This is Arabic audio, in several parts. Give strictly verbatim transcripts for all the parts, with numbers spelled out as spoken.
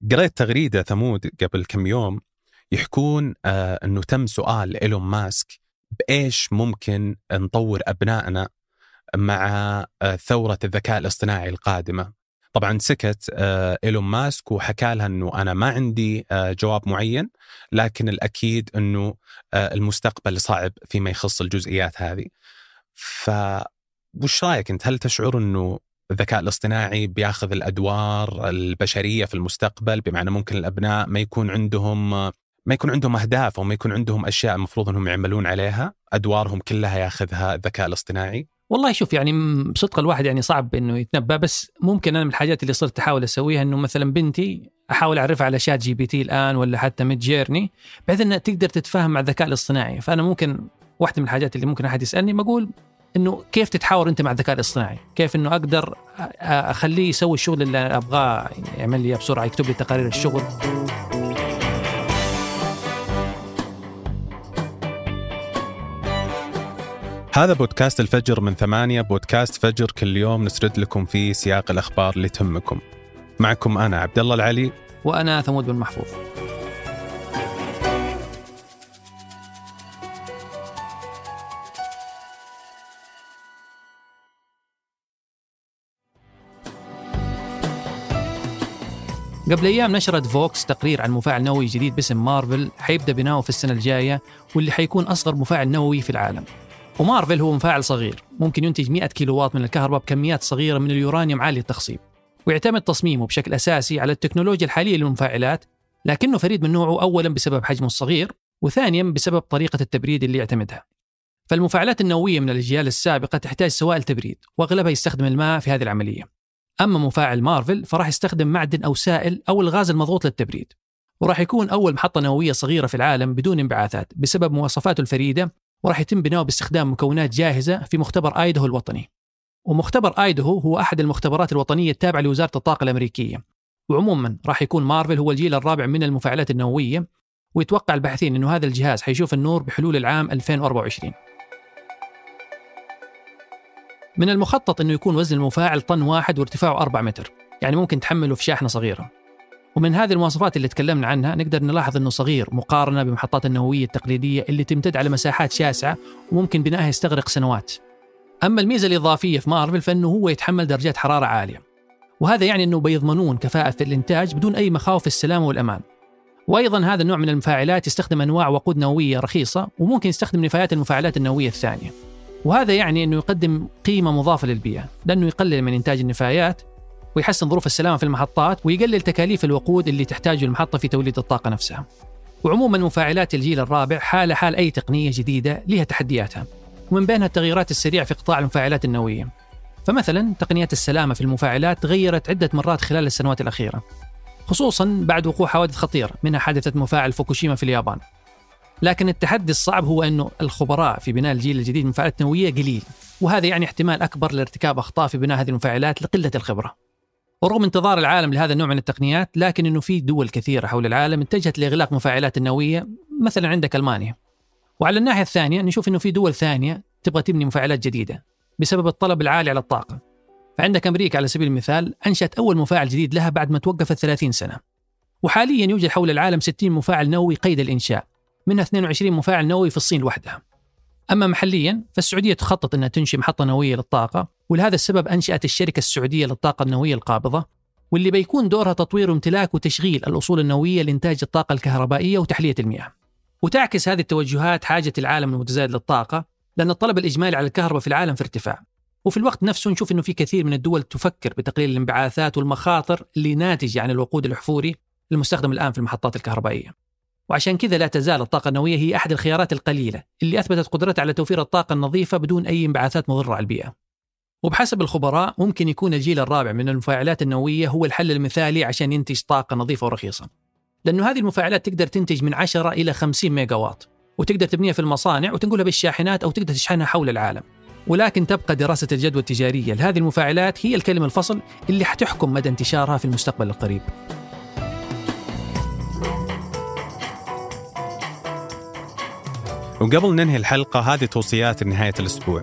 قريت تغريدة ثمود قبل كم يوم يحكون آه أنه تم سؤال إيلون ماسك بإيش ممكن نطور أبنائنا مع آه ثورة الذكاء الاصطناعي القادمة. طبعا سكت آه إيلون ماسك وحكى لها أنه أنا ما عندي آه جواب معين، لكن الأكيد أنه آه المستقبل صعب فيما يخص الجزئيات هذه. فوش رأيك أنت؟ هل تشعر أنه الذكاء الاصطناعي بياخذ الأدوار البشرية في المستقبل، بمعنى ممكن الأبناء ما يكون عندهم ما يكون عندهم أهداف أو ما يكون عندهم أشياء المفروض أنهم يعملون عليها، أدوارهم كلها ياخذها الذكاء الاصطناعي؟ والله شوف، يعني بصدق الواحد يعني صعب إنه يتنبأ، بس ممكن أنا من الحاجات اللي صرت أحاول أسويها إنه مثلا بنتي أحاول أعرفها على شات جي بي تي الآن ولا حتى ميد جيرني، بحيث أنها تقدر تتفاهم مع الذكاء الاصطناعي. فأنا ممكن واحدة من الحاجات اللي ممكن أحد يسألني بقول إنه كيف تتحاور أنت مع الذكاء الاصطناعي، كيف إنه أقدر أخليه يسوي الشغل اللي أبغاه، يعمل لي بسرعة، يكتب لي تقارير الشغل. هذا بودكاست الفجر من ثمانية، بودكاست فجر كل يوم نسرد لكم فيه سياق الأخبار اللي تهمكم. معكم أنا عبد الله العلي، وأنا ثمود بن محفوظ. قبل أيام نشرت فوكس تقرير عن مفاعل نووي جديد باسم مارفل، حيبدأ بناؤه في السنة الجاية، واللي حيكون أصغر مفاعل نووي في العالم. ومارفل هو مفاعل صغير ممكن ينتج مئة كيلووات من الكهرباء بكميات صغيرة من اليورانيوم عالي التخصيب، ويعتمد تصميمه بشكل أساسي على التكنولوجيا الحالية للمفاعلات، لكنه فريد من نوعه أولاً بسبب حجمه الصغير، وثانياً بسبب طريقة التبريد اللي يعتمدها. فالمفاعلات النووية من الأجيال السابقة تحتاج سوائل تبريد، وأغلبها يستخدم الماء في هذه العملية. أما مفاعل مارفل فراح يستخدم معدن أو سائل أو الغاز المضغوط للتبريد، وراح يكون أول محطة نووية صغيرة في العالم بدون انبعاثات بسبب مواصفاته الفريدة، وراح يتم بناؤه باستخدام مكونات جاهزة في مختبر آيدهو الوطني. ومختبر آيدهو هو أحد المختبرات الوطنية التابعة لوزارة الطاقة الأمريكية. وعموما راح يكون مارفل هو الجيل الرابع من المفاعلات النووية، ويتوقع الباحثين أنه هذا الجهاز حيشوف النور بحلول العام ألفين وأربعة وعشرين. من المخطط أنه يكون وزن المفاعل طن واحد وارتفاعه أربعة متر، يعني ممكن تحمله في شاحنة صغيرة. ومن هذه المواصفات اللي تكلمنا عنها نقدر نلاحظ أنه صغير مقارنة بمحطات النووية التقليدية اللي تمتد على مساحات شاسعة وممكن بنائها يستغرق سنوات. أما الميزة الإضافية في مارفل فإنه هو يتحمل درجات حرارة عالية، وهذا يعني أنه بيضمنون كفاءة في الإنتاج بدون أي مخاوف السلامة والأمان. وأيضا هذا النوع من المفاعلات يستخدم أنواع وقود نووية رخيصة، وممكن يستخدم نفايات المفاعلات النووية الثانية. وهذا يعني أنه يقدم قيمة مضافة للبيئة، لأنه يقلل من إنتاج النفايات ويحسن ظروف السلامة في المحطات، ويقلل تكاليف الوقود اللي تحتاجه المحطة في توليد الطاقة نفسها. وعموما مفاعلات الجيل الرابع حال حال أي تقنية جديدة لها تحدياتها، ومن بينها التغييرات السريعة في قطاع المفاعلات النووية. فمثلا تقنيات السلامة في المفاعلات تغيرت عدة مرات خلال السنوات الأخيرة، خصوصا بعد وقوع حوادث خطيرة منها حادثة مفاعل فوكوشيما في اليابان. لكن التحدي الصعب هو أنه الخبراء في بناء الجيل الجديد من المفاعلات النووية قليل، وهذا يعني احتمال أكبر لارتكاب أخطاء في بناء هذه المفاعلات لقلة الخبرة. ورغم انتظار العالم لهذا النوع من التقنيات، لكن أنه في دول كثيرة حول العالم اتجهت لإغلاق مفاعلات النووية، مثلا عندك ألمانيا. وعلى الناحية الثانية نشوف أنه في دول ثانية تبغى تبني مفاعلات جديدة بسبب الطلب العالي على الطاقة. فعندك أمريكا على سبيل المثال أنشأت أول مفاعل جديد لها بعد ما توقفت ثلاثين سنة، وحاليا يوجد حول العالم ستين مفاعل نووي قيد الإنشاء، منها اثنين وعشرين مفاعل نووي في الصين لوحدها. أما محليا فالسعودية تخطط أنها تنشئ محطة نووية للطاقة، ولهذا السبب أنشأت الشركة السعودية للطاقة النووية القابضة، واللي بيكون دورها تطوير وامتلاك وتشغيل الأصول النووية لإنتاج الطاقة الكهربائية وتحلية المياه. وتعكس هذه التوجهات حاجة العالم المتزايد للطاقة، لأن الطلب الإجمالي على الكهرباء في العالم في ارتفاع. وفي الوقت نفسه نشوف أنه في كثير من الدول تفكر بتقليل الانبعاثات والمخاطر اللي ناتجة عن الوقود الأحفوري المستخدم الآن في المحطات الكهربائية. وعشان كذا لا تزال الطاقة النووية هي أحد الخيارات القليلة اللي أثبتت قدرتها على توفير الطاقة النظيفة بدون أي انبعاثات مضرة على البيئة. وبحسب الخبراء ممكن يكون الجيل الرابع من المفاعلات النووية هو الحل المثالي عشان ينتج طاقة نظيفة ورخيصة، لأنه هذه المفاعلات تقدر تنتج من عشرة إلى خمسين ميجا واط، وتقدر تبنيها في المصانع وتنقلها بالشاحنات أو تقدر تشحنها حول العالم. ولكن تبقى دراسة الجدوى التجارية لهذه المفاعلات هي الكلمة الفصل اللي حتحكم مدى انتشارها في المستقبل القريب. وقبل ننهي الحلقة هذه توصيات نهاية الأسبوع.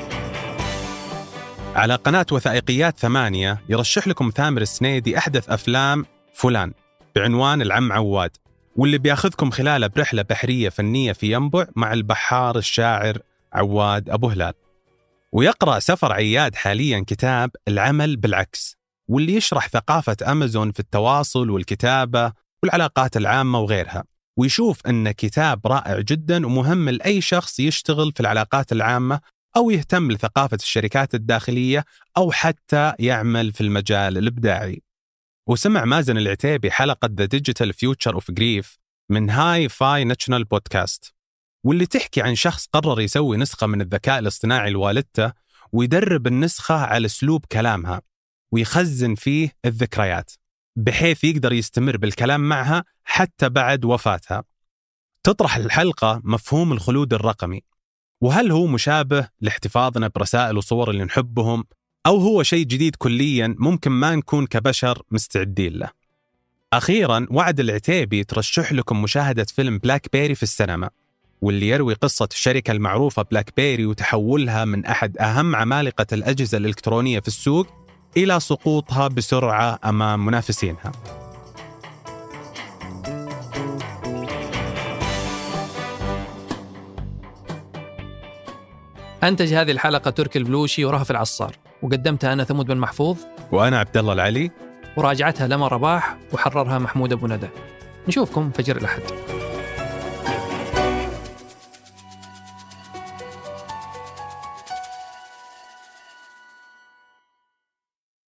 على قناة وثائقيات ثمانية يرشح لكم ثامر السنيدي أحدث أفلام فلان. بعنوان العم عواد، واللي بياخذكم خلاله برحلة بحرية فنية في ينبع مع البحار الشاعر عواد أبو هلال. ويقرأ سفر عياد حاليا كتاب العمل بالعكس، واللي يشرح ثقافة أمازون في التواصل والكتابة والعلاقات العامة وغيرها، ويشوف أنه كتاب رائع جدا ومهم لأي شخص يشتغل في العلاقات العامة أو يهتم لثقافة الشركات الداخلية أو حتى يعمل في المجال الإبداعي. وسمع مازن العتيبي حلقة The Digital Future of Grief من هاي فاي ناشونال بودكاست، واللي تحكي عن شخص قرر يسوي نسخة من الذكاء الاصطناعي لوالدته ويدرب النسخة على أسلوب كلامها ويخزن فيه الذكريات بحيث يقدر يستمر بالكلام معها حتى بعد وفاتها. تطرح الحلقة مفهوم الخلود الرقمي، وهل هو مشابه لاحتفاظنا برسائل وصور اللي نحبهم، أو هو شيء جديد كلياً ممكن ما نكون كبشر مستعدين له. أخيراً وعد العتيبي ترشح لكم مشاهدة فيلم بلاك بيري في السينما، واللي يروي قصة الشركة المعروفة بلاك بيري وتحولها من أحد أهم عمالقة الأجهزة الإلكترونية في السوق إلى سقوطها بسرعة أمام منافسينها. أنتج هذه الحلقة تركي البلوشي ورهف العصار، وقدمتها أنا ثمود بن محفوظ وأنا عبد الله العلي، وراجعتها لما رباح، وحررها محمود أبو ندى. نشوفكم فجر الأحد.